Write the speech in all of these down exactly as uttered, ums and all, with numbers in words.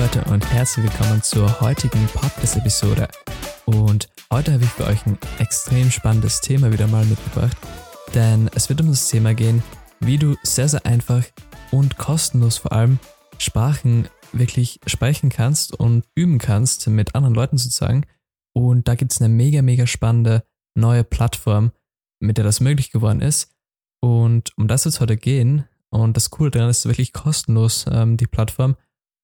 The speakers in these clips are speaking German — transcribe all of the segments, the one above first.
Leute und herzlich willkommen zur heutigen Podcast-Episode. Und heute habe ich für euch ein extrem spannendes Thema wieder mal mitgebracht, denn es wird um das Thema gehen, wie du sehr, sehr einfach und kostenlos vor allem Sprachen wirklich sprechen kannst und üben kannst mit anderen Leuten sozusagen. Und da gibt es eine mega, mega spannende neue Plattform, mit der das möglich geworden ist. Und um das wird es heute gehen. Und das Coole daran ist wirklich kostenlos, ähm, die Plattform.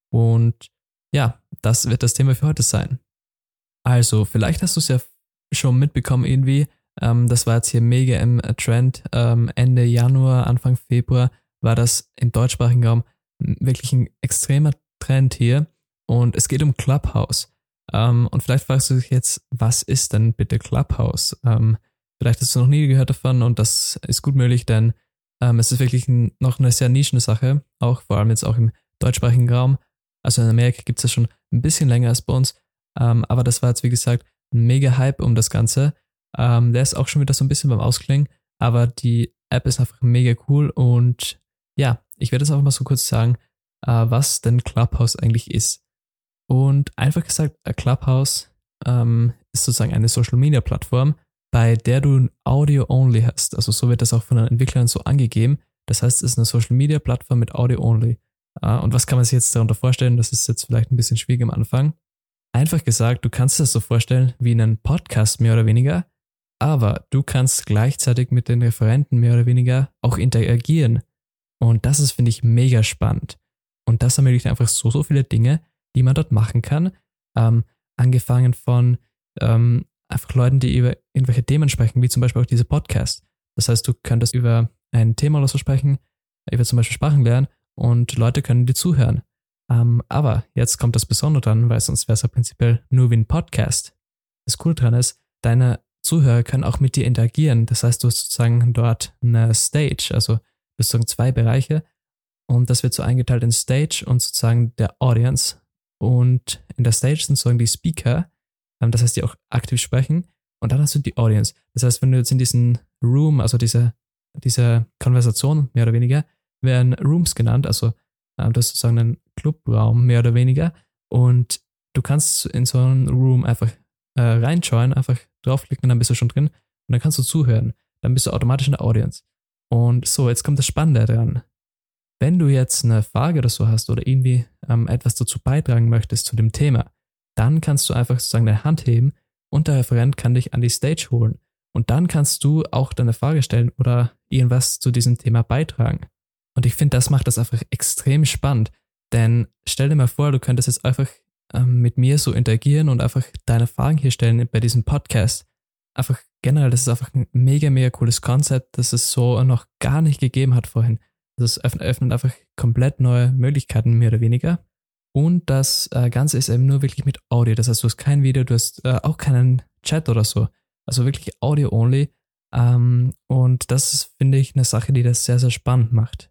Und ja, das wird das Thema für heute sein. Also, vielleicht hast du es ja schon mitbekommen irgendwie. Ähm, das war jetzt hier mega im Trend. Ähm, Ende Januar, Anfang Februar war das im deutschsprachigen Raum wirklich ein extremer Trend hier. Und es geht um Clubhouse. Ähm, und vielleicht fragst du dich jetzt, was ist denn bitte Clubhouse? Ähm, vielleicht hast du noch nie gehört davon und das ist gut möglich, denn ähm, es ist wirklich ein, noch eine sehr nischende Sache, auch vor allem jetzt auch im deutschsprachigen Raum. Also in Amerika gibt es das schon ein bisschen länger als bei uns, ähm, aber das war jetzt wie gesagt ein mega Hype um das Ganze. Ähm, der ist auch schon wieder so ein bisschen beim Ausklingen, aber die App ist einfach mega cool und ja, ich werde jetzt einfach mal so kurz sagen, äh, was denn Clubhouse eigentlich ist. Und einfach gesagt, Clubhouse ähm, ist sozusagen eine Social-Media-Plattform, bei der du Audio-Only hast. Also so wird das auch von den Entwicklern so angegeben. Das heißt, es ist eine Social-Media-Plattform mit Audio-Only. Uh, und was kann man sich jetzt darunter vorstellen? Das ist jetzt vielleicht ein bisschen schwierig am Anfang. Einfach gesagt, du kannst das so vorstellen wie einen Podcast mehr oder weniger, aber du kannst gleichzeitig mit den Referenten mehr oder weniger auch interagieren. Und das ist, finde ich, mega spannend. Und das ermöglicht einfach so, so viele Dinge, die man dort machen kann. Ähm, angefangen von ähm, einfach Leuten, die über irgendwelche Themen sprechen, wie zum Beispiel auch diese Podcast. Das heißt, du könntest über ein Thema oder so sprechen, über zum Beispiel Sprachen lernen, und Leute können dir zuhören. Ähm, aber jetzt kommt das Besondere dran, weil sonst wäre es ja prinzipiell nur wie ein Podcast. Das Coole dran ist, deine Zuhörer können auch mit dir interagieren. Das heißt, du hast sozusagen dort eine Stage, also du hast sozusagen zwei Bereiche und das wird so eingeteilt in Stage und sozusagen der Audience. Und in der Stage sind sozusagen die Speaker, ähm, das heißt, die auch aktiv sprechen, und dann hast du die Audience. Das heißt, wenn du jetzt in diesen Room, also diese, diese Konversation mehr oder weniger, werden Rooms genannt, also äh, das ist sozusagen ein Clubraum mehr oder weniger, und du kannst in so einen Room einfach äh, reinschauen, einfach draufklicken und dann bist du schon drin und dann kannst du zuhören, dann bist du automatisch in der Audience. Und so, jetzt kommt das Spannende dran. Wenn du jetzt eine Frage oder so hast oder irgendwie ähm, etwas dazu beitragen möchtest zu dem Thema, dann kannst du einfach sozusagen deine Hand heben und der Referent kann dich an die Stage holen und dann kannst du auch deine Frage stellen oder irgendwas zu diesem Thema beitragen. Und ich finde, das macht das einfach extrem spannend, denn stell dir mal vor, du könntest jetzt einfach ähm, mit mir so interagieren und einfach deine Fragen hier stellen bei diesem Podcast. Einfach generell, das ist einfach ein mega, mega cooles Konzept, das es so noch gar nicht gegeben hat vorhin. Das öffnet, öffnet einfach komplett neue Möglichkeiten, mehr oder weniger. Und das äh, Ganze ist eben nur wirklich mit Audio, das heißt, du hast kein Video, du hast äh, auch keinen Chat oder so. Also wirklich Audio-only. Ähm, und das ist, finde ich, eine Sache, die das sehr, sehr spannend macht.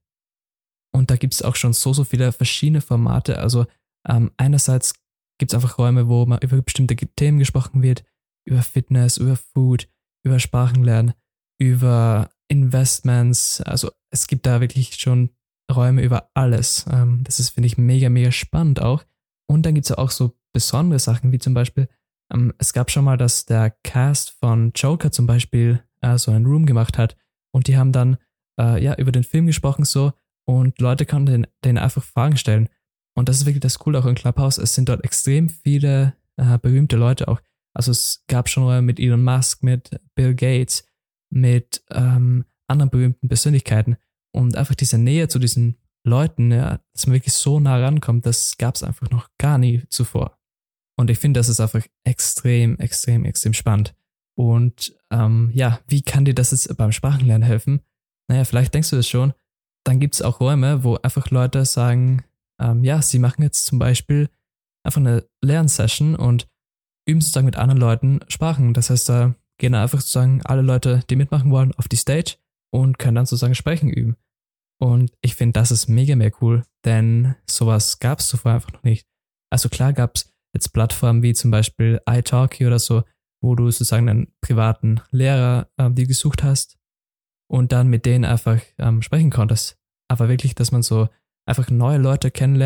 Und da gibt es auch schon so, so viele verschiedene Formate. Also ähm, einerseits gibt es einfach Räume, wo mal über bestimmte Themen gesprochen wird, über Fitness, über Food, über Sprachenlernen, über Investments. Also es gibt da wirklich schon Räume über alles. Ähm, das ist, finde ich, mega, mega spannend auch. Und dann gibt es auch so besondere Sachen, wie zum Beispiel, ähm, es gab schon mal, dass der Cast von Joker zum Beispiel äh, so einen Room gemacht hat und die haben dann äh, ja über den Film gesprochen so. Und Leute konnten denen einfach Fragen stellen. Und das ist wirklich das Coole auch in Clubhouse. Es sind dort extrem viele äh, berühmte Leute auch. Also es gab schon mit Elon Musk, mit Bill Gates, mit ähm, anderen berühmten Persönlichkeiten. Und einfach diese Nähe zu diesen Leuten, ja, dass man wirklich so nah rankommt, das gab es einfach noch gar nie zuvor. Und ich finde, das ist einfach extrem, extrem, extrem spannend. Und ähm, ja, wie kann dir das jetzt beim Sprachenlernen helfen? Naja, vielleicht denkst du das schon. Dann gibt es auch Räume, wo einfach Leute sagen, ähm, ja, sie machen jetzt zum Beispiel einfach eine Lernsession und üben sozusagen mit anderen Leuten Sprachen. Das heißt, da gehen einfach sozusagen alle Leute, die mitmachen wollen, auf die Stage und können dann sozusagen Sprechen üben. Und ich finde, das ist mega, mega cool, denn sowas gab es zuvor einfach noch nicht. Also klar gab es jetzt Plattformen wie zum Beispiel italki oder so, wo du sozusagen einen privaten Lehrer äh, dir gesucht hast und dann mit denen einfach ähm, sprechen konntest. Aber wirklich, dass man so einfach neue Leute kennenlernt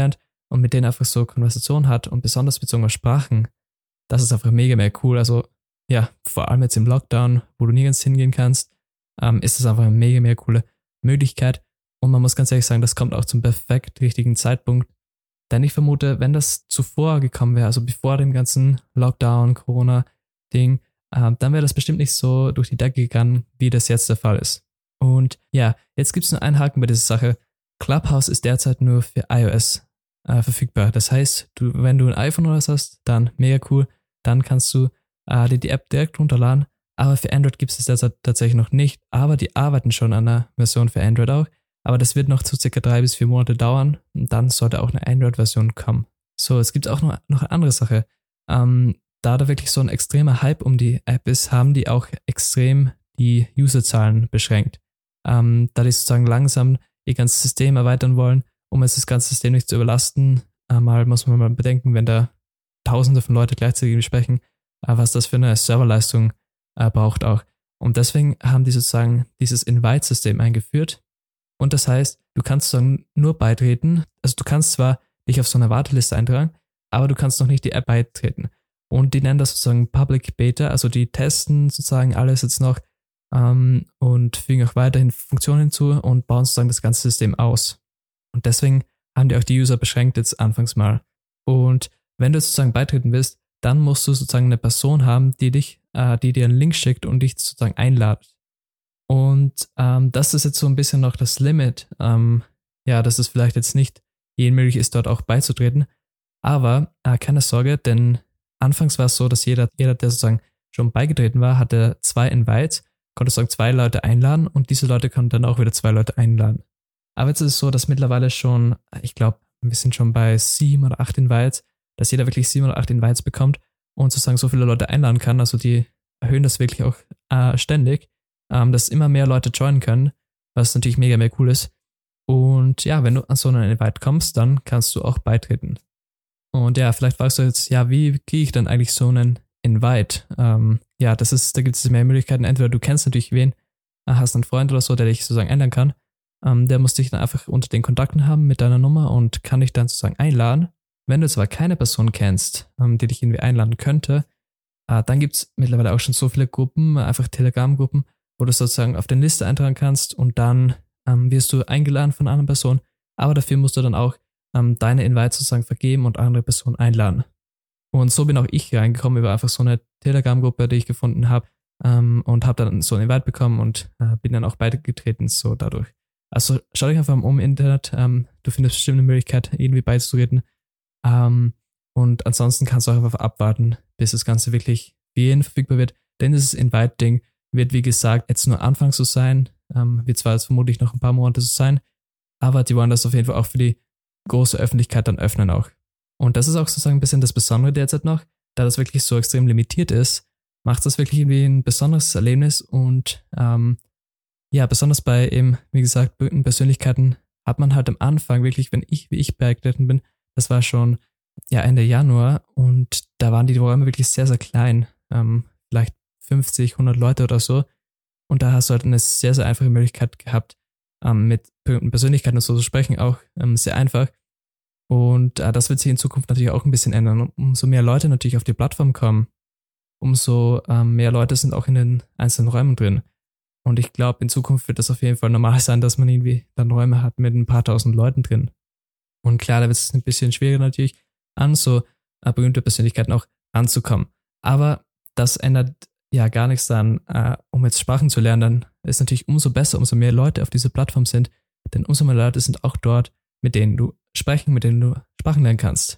und mit denen einfach so Konversation hat und besonders bezogen auf Sprachen, das ist einfach mega, mega cool. Also ja, vor allem jetzt im Lockdown, wo du nirgends hingehen kannst, ähm, ist das einfach eine mega, mega coole Möglichkeit. Und man muss ganz ehrlich sagen, das kommt auch zum perfekt richtigen Zeitpunkt. Denn ich vermute, wenn das zuvor gekommen wäre, also bevor dem ganzen Lockdown, Corona-Ding, äh, dann wäre das bestimmt nicht so durch die Decke gegangen, wie das jetzt der Fall ist. Und ja, jetzt gibt es nur einen Haken bei dieser Sache. Clubhouse ist derzeit nur für iOS äh, verfügbar. Das heißt, du, wenn du ein iPhone oder was hast, dann mega cool, dann kannst du äh, dir die App direkt runterladen. Aber für Android gibt es das derzeit tatsächlich noch nicht. Aber die arbeiten schon an einer Version für Android auch. Aber das wird noch zu circa drei bis vier Monate dauern und dann sollte auch eine Android-Version kommen. So, es gibt auch noch, noch eine andere Sache. Ähm, da da wirklich so ein extremer Hype um die App ist, haben die auch extrem die Userzahlen beschränkt. Ähm, da die sozusagen langsam ihr ganzes System erweitern wollen, um jetzt das ganze System nicht zu überlasten. Einmal muss man mal bedenken, wenn da Tausende von Leuten gleichzeitig sprechen, äh, was das für eine Serverleistung äh, braucht auch. Und deswegen haben die sozusagen dieses Invite-System eingeführt. Und das heißt, du kannst sozusagen nur beitreten, also du kannst zwar dich auf so eine Warteliste eintragen, aber du kannst noch nicht die App beitreten. Und die nennen das sozusagen Public Beta, also die testen sozusagen alles jetzt noch ähm, und fügen auch weiterhin Funktionen hinzu und bauen sozusagen das ganze System aus. Und deswegen haben die auch die User beschränkt jetzt anfangs mal. Und wenn du sozusagen beitreten willst, dann musst du sozusagen eine Person haben, die dich, äh, die dir einen Link schickt und dich sozusagen einladet. Und ähm, das ist jetzt so ein bisschen noch das Limit, ähm, ja, dass es vielleicht jetzt nicht jedem möglich ist, dort auch beizutreten. Aber äh, keine Sorge, denn anfangs war es so, dass jeder, jeder, der sozusagen schon beigetreten war, hatte zwei Invites, konnte sozusagen zwei Leute einladen und diese Leute konnten dann auch wieder zwei Leute einladen. Aber jetzt ist es so, dass mittlerweile schon, ich glaube, wir sind schon bei sieben oder acht Invites, dass jeder wirklich sieben oder acht Invites bekommt und sozusagen so viele Leute einladen kann. Also die erhöhen das wirklich auch äh, ständig, ähm, dass immer mehr Leute joinen können, was natürlich mega, mega cool ist. Und ja, wenn du an so einen Invite kommst, dann kannst du auch beitreten. Und ja, vielleicht fragst du jetzt, ja, wie kriege ich dann eigentlich so einen Invite? Ähm, ja, das ist, da gibt es mehr Möglichkeiten. Entweder du kennst natürlich wen, hast einen Freund oder so, der dich sozusagen ändern kann. Ähm, der muss dich dann einfach unter den Kontakten haben mit deiner Nummer und kann dich dann sozusagen einladen. Wenn du jetzt aber keine Person kennst, ähm, die dich irgendwie einladen könnte, äh, dann gibt es mittlerweile auch schon so viele Gruppen, einfach Telegram-Gruppen, wo du sozusagen auf den Liste eintragen kannst und dann ähm, wirst du eingeladen von einer anderen Person, aber dafür musst du dann auch ähm, deine Invites sozusagen vergeben und andere Personen einladen. Und so bin auch ich reingekommen über einfach so eine Telegram-Gruppe, die ich gefunden habe ähm, und habe dann so einen Invite bekommen und äh, bin dann auch beigetreten, so dadurch. Also schau dich einfach mal um im Internet, ähm, du findest bestimmt eine Möglichkeit, irgendwie beizutreten. Ähm, und ansonsten kannst du auch einfach abwarten, bis das Ganze wirklich für jeden verfügbar wird. Denn dieses Invite-Ding wird, wie gesagt, jetzt nur anfangs so sein, ähm, wird zwar jetzt vermutlich noch ein paar Monate so sein, aber die wollen das auf jeden Fall auch für die große Öffentlichkeit dann öffnen auch. Und das ist auch sozusagen ein bisschen das Besondere derzeit noch, da das wirklich so extrem limitiert ist, macht das wirklich irgendwie ein besonderes Erlebnis und ähm, ja, besonders bei eben, wie gesagt, berühmten Persönlichkeiten hat man halt am Anfang wirklich, wenn ich, wie ich beigetreten bin, das war schon ja Ende Januar und da waren die Räume wirklich sehr, sehr klein, ähm, vielleicht fünfzig, hundert Leute oder so und da hast du halt eine sehr, sehr einfache Möglichkeit gehabt, ähm, mit berühmten Persönlichkeiten und so zu sprechen, auch ähm, sehr einfach und äh, das wird sich in Zukunft natürlich auch ein bisschen ändern. Umso mehr Leute natürlich auf die Plattform kommen, umso ähm, mehr Leute sind auch in den einzelnen Räumen drin. Und ich glaube, in Zukunft wird das auf jeden Fall normal sein, dass man irgendwie dann Räume hat mit ein paar tausend Leuten drin. Und klar, da wird es ein bisschen schwieriger natürlich, an so äh, berühmte Persönlichkeiten auch ranzukommen. Aber das ändert ja gar nichts daran, äh, um jetzt Sprachen zu lernen. Dann ist natürlich umso besser, umso mehr Leute auf dieser Plattform sind. Denn umso mehr Leute sind auch dort, mit denen du sprechen, mit denen du Sprachen lernen kannst.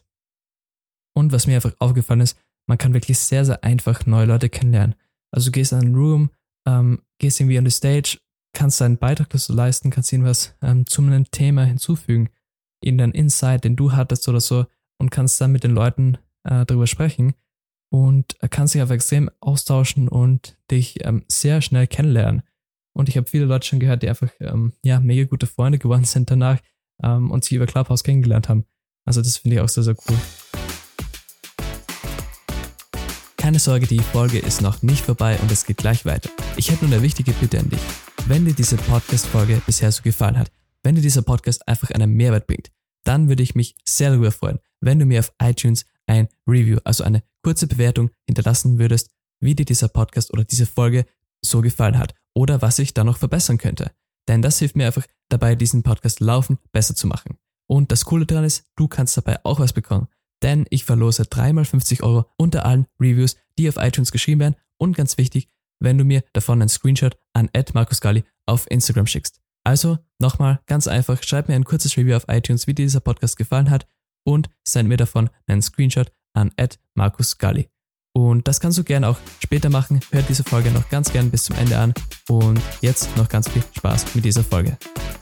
Und was mir einfach aufgefallen ist, man kann wirklich sehr, sehr einfach neue Leute kennenlernen. Also du gehst in einen Room, ähm, gehst irgendwie an die Stage, kannst deinen Beitrag dazu leisten, kannst irgendwas ähm, zu einem Thema hinzufügen, irgendeinen Insight, den du hattest oder so und kannst dann mit den Leuten äh, darüber sprechen und äh, kannst dich einfach extrem austauschen und dich ähm, sehr schnell kennenlernen. Und ich habe viele Leute schon gehört, die einfach ähm, ja mega gute Freunde geworden sind danach ähm, und sich über Clubhouse kennengelernt haben. Also das finde ich auch sehr, sehr cool. Keine Sorge, die Folge ist noch nicht vorbei und es geht gleich weiter. Ich hätte nur eine wichtige Bitte an dich. Wenn dir diese Podcast-Folge bisher so gefallen hat, wenn dir dieser Podcast einfach einen Mehrwert bringt, dann würde ich mich sehr darüber freuen, wenn du mir auf iTunes ein Review, also eine kurze Bewertung hinterlassen würdest, wie dir dieser Podcast oder diese Folge so gefallen hat oder was ich da noch verbessern könnte. Denn das hilft mir einfach dabei, diesen Podcast laufend besser zu machen. Und das Coole daran ist, du kannst dabei auch was bekommen, denn ich verlose dreimal fünfzig Euro unter allen Reviews, die auf iTunes geschrieben werden und ganz wichtig, wenn du mir davon einen Screenshot an at markusgali auf Instagram schickst. Also nochmal ganz einfach, schreib mir ein kurzes Review auf iTunes, wie dir dieser Podcast gefallen hat und send mir davon einen Screenshot an at markusgali. Und das kannst du gerne auch später machen. Hör diese Folge noch ganz gern bis zum Ende an und jetzt noch ganz viel Spaß mit dieser Folge.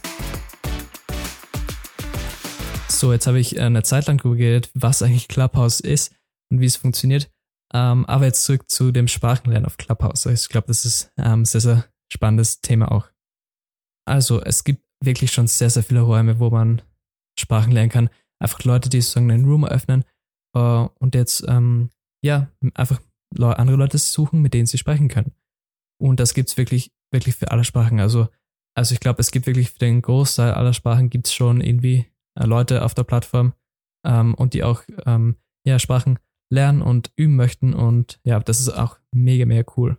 So, jetzt habe ich eine Zeit lang darüber geredet, was eigentlich Clubhouse ist und wie es funktioniert. Ähm, aber jetzt zurück zu dem Sprachenlernen auf Clubhouse. Ich glaube, das ist ein ähm, sehr, sehr spannendes Thema auch. Also, es gibt wirklich schon sehr, sehr viele Räume, wo man Sprachen lernen kann. Einfach Leute, die sozusagen einen Room eröffnen äh, und jetzt ähm, ja einfach andere Leute suchen, mit denen sie sprechen können. Und das gibt es wirklich, wirklich für alle Sprachen. Also, also ich glaube, es gibt wirklich für den Großteil aller Sprachen gibt es schon irgendwie äh, Leute auf der Plattform ähm, und die auch ähm, ja, Sprachen lernen und üben möchten. Und ja, das ist auch mega, mega cool.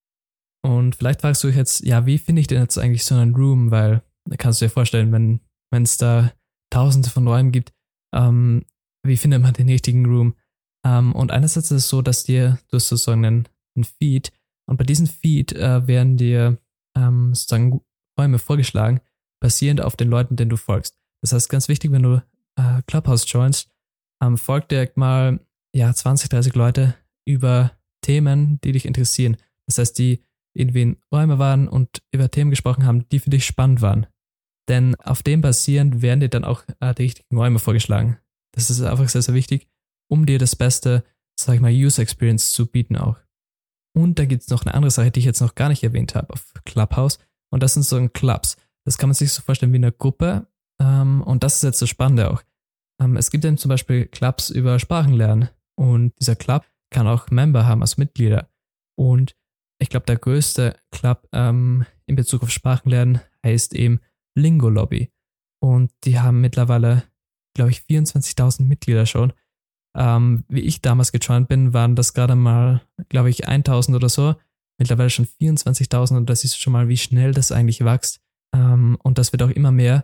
Und vielleicht fragst du dich jetzt, ja, wie finde ich denn jetzt eigentlich so einen Room? Weil, da kannst du dir vorstellen, wenn wenn es da tausende von Räumen gibt, ähm, wie findet man den richtigen Room? Ähm, und einerseits ist es so, dass dir, du hast sozusagen einen, einen Feed und bei diesem Feed äh, werden dir ähm, sozusagen Räume vorgeschlagen, basierend auf den Leuten, denen du folgst. Das heißt, ganz wichtig, wenn du äh, Clubhouse joinst, ähm, folg direkt mal ja, zwanzig, dreißig Leute über Themen, die dich interessieren. Das heißt, die irgendwie in Räume waren und über Themen gesprochen haben, die für dich spannend waren. Denn auf dem basierend werden dir dann auch äh, die richtigen Räume vorgeschlagen. Das ist einfach sehr, sehr wichtig, um dir das beste, sag ich mal, User Experience zu bieten auch. Und da gibt es noch eine andere Sache, die ich jetzt noch gar nicht erwähnt habe auf Clubhouse. Und das sind so Clubs. Das kann man sich so vorstellen wie eine Gruppe. Ähm, und das ist jetzt das Spannende auch. Ähm, es gibt dann zum Beispiel Clubs über Sprachenlernen. Und dieser Club kann auch Member haben, also Mitglieder. Und ich glaube, der größte Club ähm, in Bezug auf Sprachenlernen heißt eben Lingo Lobby. Und die haben mittlerweile, glaube ich, vierundzwanzigtausend Mitglieder schon. Ähm, wie ich damals gejoint bin, waren das gerade mal, glaube ich, eintausend oder so. Mittlerweile schon vierundzwanzigtausend und da siehst du schon mal, wie schnell das eigentlich wächst. Ähm, und das wird auch immer mehr.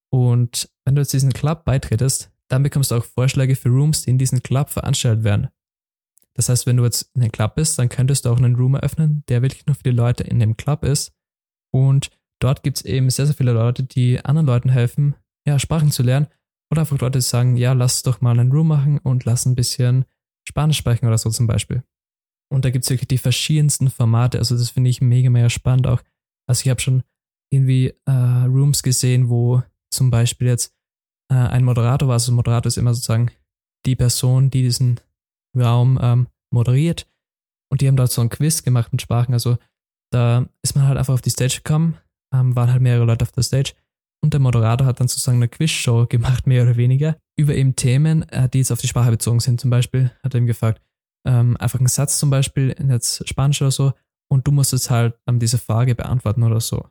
Und wenn du jetzt diesen Club beitrittst, dann bekommst du auch Vorschläge für Rooms, die in diesem Club veranstaltet werden. Das heißt, wenn du jetzt in einem Club bist, dann könntest du auch einen Room eröffnen, der wirklich nur für die Leute in dem Club ist. Und dort gibt es eben sehr, sehr viele Leute, die anderen Leuten helfen, ja, Sprachen zu lernen. Oder einfach Leute, die sagen, ja, lass doch mal einen Room machen und lass ein bisschen Spanisch sprechen oder so zum Beispiel. Und da gibt es wirklich die verschiedensten Formate. Also das finde ich mega, mega spannend auch. Also ich habe schon irgendwie äh, Rooms gesehen, wo zum Beispiel jetzt äh, ein Moderator war. Also ein Moderator ist immer sozusagen die Person, die diesen Raum ähm, moderiert und die haben dort so ein Quiz gemacht mit Sprachen, also da ist man halt einfach auf die Stage gekommen, ähm, waren halt mehrere Leute auf der Stage und der Moderator hat dann sozusagen eine Quizshow gemacht, mehr oder weniger, über eben Themen, äh, die jetzt auf die Sprache bezogen sind. Zum Beispiel hat er ihm gefragt, ähm, einfach einen Satz zum Beispiel in jetzt Spanisch oder so und du musst jetzt halt ähm, diese Frage beantworten oder so.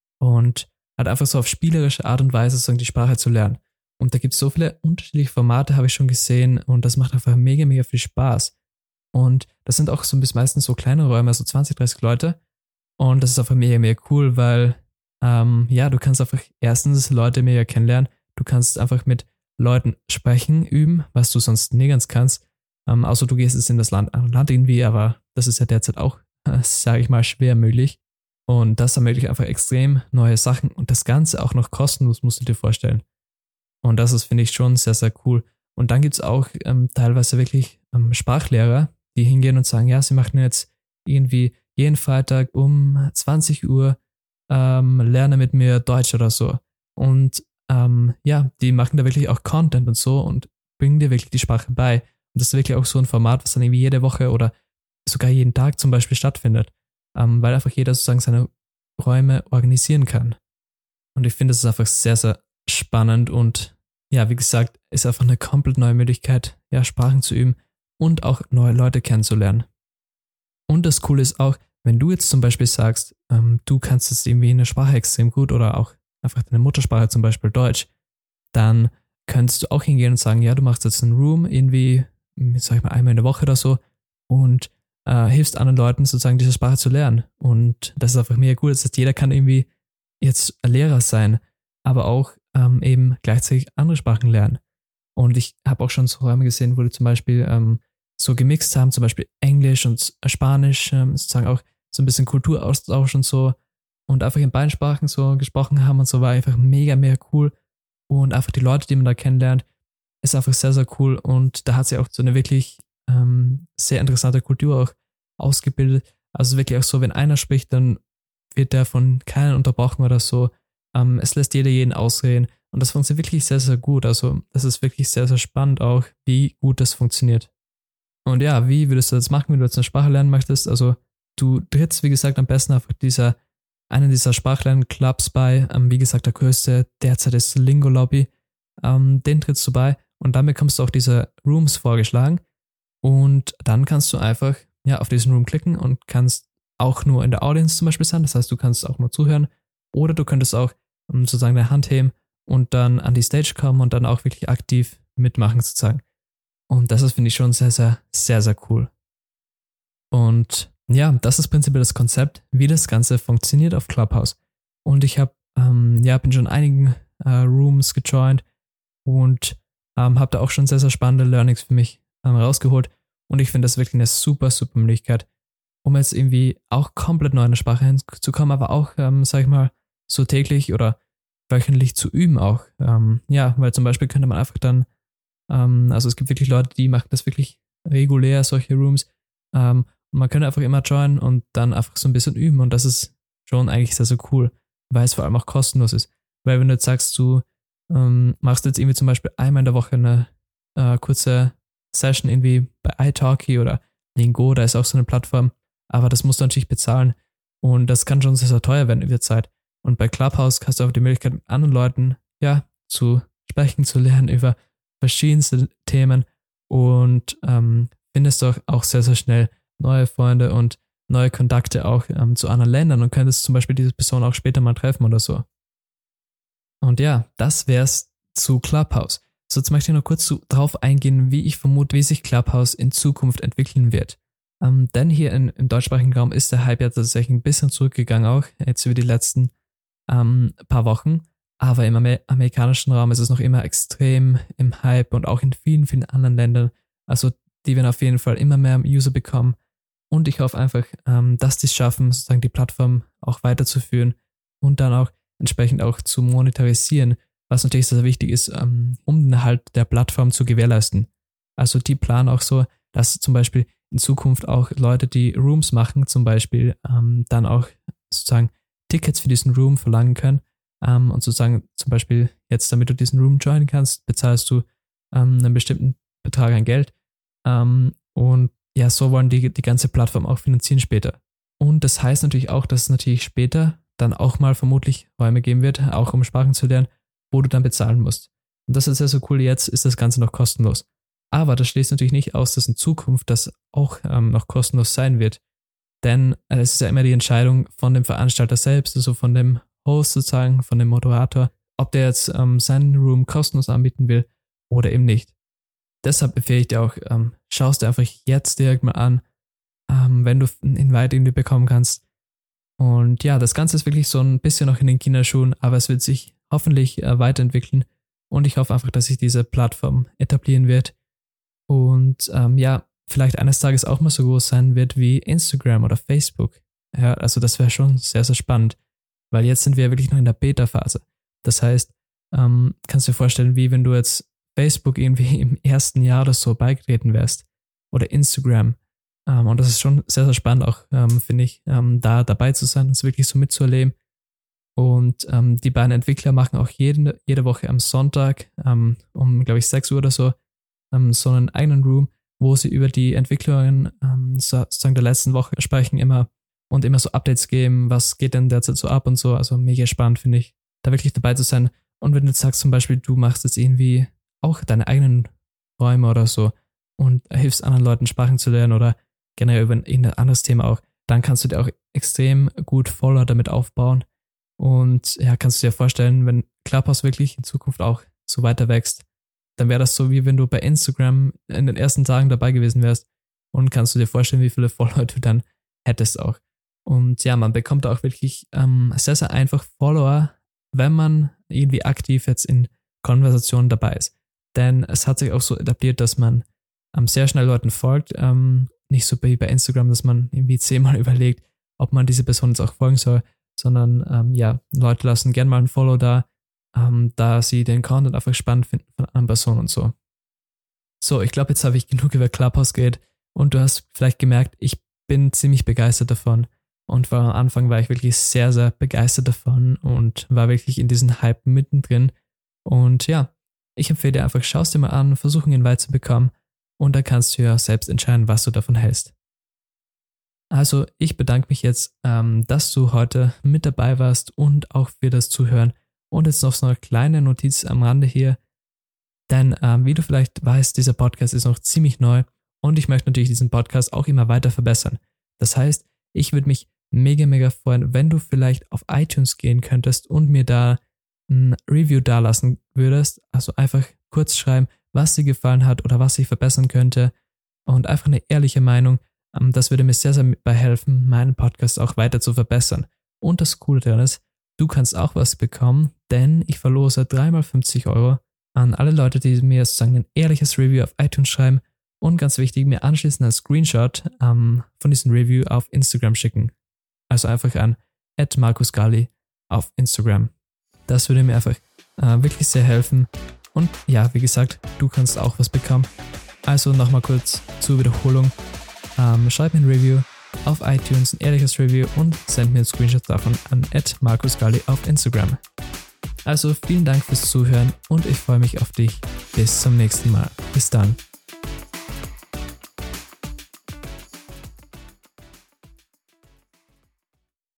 Und halt einfach so auf spielerische Art und Weise sozusagen die Sprache zu lernen. Und da gibt es so viele unterschiedliche Formate, habe ich schon gesehen und das macht einfach mega, mega viel Spaß. Und das sind auch so ein bisschen meistens so kleine Räume, so zwanzig, dreißig Leute. Und das ist einfach mega, mega cool, weil ähm, ja, du kannst einfach erstens Leute mega kennenlernen. Du kannst einfach mit Leuten sprechen, üben, was du sonst nirgends kannst. Ähm, außer du gehst jetzt in das Land, Land irgendwie, aber das ist ja derzeit auch, äh, sage ich mal, schwer möglich. Und das ermöglicht einfach extrem neue Sachen und das Ganze auch noch kostenlos, musst du dir vorstellen. Und das ist, finde ich, schon sehr, sehr cool. Und dann gibt es auch ähm, teilweise wirklich ähm, Sprachlehrer, die hingehen und sagen, ja, sie machen jetzt irgendwie jeden Freitag um zwanzig Uhr ähm, lerne mit mir Deutsch oder so. Und ähm, ja, die machen da wirklich auch Content und so und bringen dir wirklich die Sprache bei. Und das ist wirklich auch so ein Format, was dann irgendwie jede Woche oder sogar jeden Tag zum Beispiel stattfindet. Ähm, weil einfach jeder sozusagen seine Räume organisieren kann. Und ich finde, das ist einfach sehr, sehr spannend und ja, wie gesagt, ist einfach eine komplett neue Möglichkeit, ja, Sprachen zu üben und auch neue Leute kennenzulernen. Und das Coole ist auch, wenn du jetzt zum Beispiel sagst, ähm, du kannst jetzt irgendwie eine Sprache extrem gut oder auch einfach deine Muttersprache, zum Beispiel Deutsch, dann könntest du auch hingehen und sagen, ja, du machst jetzt einen Room irgendwie, sag ich mal, einmal in der Woche oder so und äh, hilfst anderen Leuten sozusagen diese Sprache zu lernen. Und das ist einfach mega cool. Das heißt, jeder kann irgendwie jetzt Lehrer sein, aber auch ähm, eben gleichzeitig andere Sprachen lernen. Und ich habe auch schon so Räume gesehen, wo die zum Beispiel ähm, so gemixt haben, zum Beispiel Englisch und Spanisch, ähm, sozusagen auch so ein bisschen Kulturaustausch und so und einfach in beiden Sprachen so gesprochen haben und so, war einfach mega, mega cool. Und einfach die Leute, die man da kennenlernt, ist einfach sehr, sehr cool. Und da hat sich auch so eine wirklich ähm, sehr interessante Kultur auch ausgebildet. Also wirklich auch so, wenn einer spricht, dann wird der von keinem unterbrochen oder so. Ähm, es lässt jeder jeden ausreden. Und das funktioniert wirklich sehr, sehr gut. Also das ist wirklich sehr, sehr spannend auch, wie gut das funktioniert. Und ja, wie würdest du das machen, wenn du jetzt eine Sprache lernen möchtest? Also du trittst, wie gesagt, am besten einfach dieser einen dieser Sprachlern-Clubs bei. Ähm, wie gesagt, der größte derzeit ist Lingo Lobby. Ähm, den trittst du bei und dann bekommst du auch diese Rooms vorgeschlagen. Und dann kannst du einfach ja, auf diesen Room klicken und kannst auch nur in der Audience zum Beispiel sein. Das heißt, du kannst auch nur zuhören. Oder du könntest auch um, sozusagen deine Hand heben und dann an die Stage kommen und dann auch wirklich aktiv mitmachen sozusagen. Und das ist, finde ich, schon sehr, sehr, sehr, sehr cool. Und ja, das ist prinzipiell das Konzept, wie das Ganze funktioniert auf Clubhouse. Und ich habe, ähm, ja, bin schon in einigen äh, Rooms gejoint und ähm, habe da auch schon sehr, sehr spannende Learnings für mich ähm, rausgeholt. Und ich finde das wirklich eine super, super Möglichkeit, um jetzt irgendwie auch komplett neu in der Sprache hinzukommen, aber auch, ähm, sag ich mal, so täglich oder wöchentlich zu üben auch. Ähm, ja, weil zum Beispiel könnte man einfach dann, ähm, also es gibt wirklich Leute, die machen das wirklich regulär, solche Rooms, ähm, und man könnte einfach immer joinen und dann einfach so ein bisschen üben und das ist schon eigentlich sehr, sehr cool, weil es vor allem auch kostenlos ist. Weil wenn du jetzt sagst, du ähm, machst jetzt irgendwie zum Beispiel einmal in der Woche eine äh, kurze Session irgendwie bei italki oder Lingo, da ist auch so eine Plattform, aber das musst du natürlich bezahlen und das kann schon sehr, sehr teuer werden über die Zeit. Und bei Clubhouse hast du auch die Möglichkeit, mit anderen Leuten, ja, zu sprechen, zu lernen über verschiedenste Themen und ähm, findest doch auch sehr, sehr schnell neue Freunde und neue Kontakte auch ähm, zu anderen Ländern und könntest zum Beispiel diese Person auch später mal treffen oder so. Und ja, das wär's zu Clubhouse. So, jetzt möchte ich noch kurz zu, drauf eingehen, wie ich vermute, wie sich Clubhouse in Zukunft entwickeln wird. Ähm, denn hier in, im deutschsprachigen Raum ist der Hype ja tatsächlich ein bisschen zurückgegangen auch, jetzt über die letzten ähm, paar Wochen. Aber im Amer- amerikanischen Raum ist es noch immer extrem im Hype und auch in vielen, vielen anderen Ländern. Also die werden auf jeden Fall immer mehr User bekommen. Und ich hoffe einfach, ähm, dass die es schaffen, sozusagen die Plattform auch weiterzuführen und dann auch entsprechend auch zu monetarisieren, was natürlich sehr wichtig ist, ähm, um den Erhalt der Plattform zu gewährleisten. Also die planen auch so, dass zum Beispiel in Zukunft auch Leute, die Rooms machen, zum Beispiel ähm, dann auch sozusagen Tickets für diesen Room verlangen können. Ähm, und sozusagen zum Beispiel jetzt, damit du diesen Room joinen kannst, bezahlst du ähm, einen bestimmten Betrag an Geld. Ähm, und ja, so wollen die die ganze Plattform auch finanzieren später. Und das heißt natürlich auch, dass es natürlich später dann auch mal vermutlich Räume geben wird, auch um Sprachen zu lernen, wo du dann bezahlen musst. Und das ist ja so cool, jetzt ist das Ganze noch kostenlos. Aber das schließt natürlich nicht aus, dass in Zukunft das auch ähm, noch kostenlos sein wird. Denn äh, es ist ja immer die Entscheidung von dem Veranstalter selbst, also von dem Host sozusagen, von dem Moderator, ob der jetzt ähm, seinen Room kostenlos anbieten will oder eben nicht. Deshalb empfehle ich dir auch, ähm, schaust dir einfach jetzt direkt mal an, ähm, wenn du einen Invite irgendwie bekommen kannst. Und ja, das Ganze ist wirklich so ein bisschen noch in den Kinderschuhen, aber es wird sich hoffentlich äh, weiterentwickeln und ich hoffe einfach, dass sich diese Plattform etablieren wird und ähm, ja, vielleicht eines Tages auch mal so groß sein wird wie Instagram oder Facebook. Ja, also das wäre schon sehr, sehr spannend, weil jetzt sind wir ja wirklich noch in der Beta-Phase. Das heißt, ähm, kannst du dir vorstellen, wie wenn du jetzt Facebook irgendwie im ersten Jahr oder so beigetreten wärst oder Instagram. Ähm, und das ist schon sehr, sehr spannend auch, ähm, finde ich, ähm, da dabei zu sein, das wirklich so mitzuerleben. Und ähm, die beiden Entwickler machen auch jede, jede Woche am Sonntag ähm, um, glaube ich, sechs Uhr oder so ähm, so einen eigenen Room, wo sie über die Entwicklungen ähm, sozusagen der letzten Woche sprechen immer und immer so Updates geben, was geht denn derzeit so ab und so. Also mega spannend, finde ich, da wirklich dabei zu sein. Und wenn du jetzt sagst zum Beispiel, du machst jetzt irgendwie auch deine eigenen Räume oder so und hilfst anderen Leuten Sprachen zu lernen oder generell über ein irgendein anderes Thema auch, dann kannst du dir auch extrem gut Follower damit aufbauen. Und ja, kannst du dir vorstellen, wenn Clubhouse wirklich in Zukunft auch so weiter wächst, dann wäre das so, wie wenn du bei Instagram in den ersten Tagen dabei gewesen wärst und kannst du dir vorstellen, wie viele Follower du dann hättest auch. Und ja, man bekommt auch wirklich ähm, sehr, sehr einfach Follower, wenn man irgendwie aktiv jetzt in Konversationen dabei ist. Denn es hat sich auch so etabliert, dass man ähm, sehr schnell Leuten folgt, ähm, nicht so wie bei Instagram, dass man irgendwie zehnmal überlegt, ob man diese Person jetzt auch folgen soll, sondern ähm, ja, Leute lassen gerne mal ein Follow da, ähm, da sie den Content einfach spannend finden von anderen Personen und so. So, ich glaube, jetzt habe ich genug über Clubhouse geredet und du hast vielleicht gemerkt, ich bin ziemlich begeistert davon und war, am Anfang war ich wirklich sehr, sehr begeistert davon und war wirklich in diesem Hype mittendrin und ja, ich empfehle dir einfach, schau es dir mal an, versuch ihn weit zu bekommen und dann kannst du ja selbst entscheiden, was du davon hältst. Also ich bedanke mich jetzt, ähm, dass du heute mit dabei warst und auch für das Zuhören. Und jetzt noch so eine kleine Notiz am Rande hier, denn ähm, wie du vielleicht weißt, dieser Podcast ist noch ziemlich neu und ich möchte natürlich diesen Podcast auch immer weiter verbessern. Das heißt, ich würde mich mega, mega freuen, wenn du vielleicht auf iTunes gehen könntest und mir da ein Review dalassen würdest, also einfach kurz schreiben, was dir gefallen hat oder was ich verbessern könnte und einfach eine ehrliche Meinung. Das würde mir sehr, sehr dabei helfen, meinen Podcast auch weiter zu verbessern. Und das Coole daran ist, du kannst auch was bekommen, denn ich verlose dreimal fünfzig Euro an alle Leute, die mir sozusagen ein ehrliches Review auf iTunes schreiben und ganz wichtig, mir anschließend einen Screenshot ähm, von diesem Review auf Instagram schicken. Also einfach an at markusgali auf Instagram. Das würde mir einfach äh, wirklich sehr helfen. Und ja, wie gesagt, du kannst auch was bekommen. Also nochmal kurz zur Wiederholung. Ähm, schreib mir ein Review auf iTunes, ein ehrliches Review und send mir einen Screenshot davon an at markusgali auf Instagram. Also vielen Dank fürs Zuhören und ich freue mich auf dich. Bis zum nächsten Mal. Bis dann.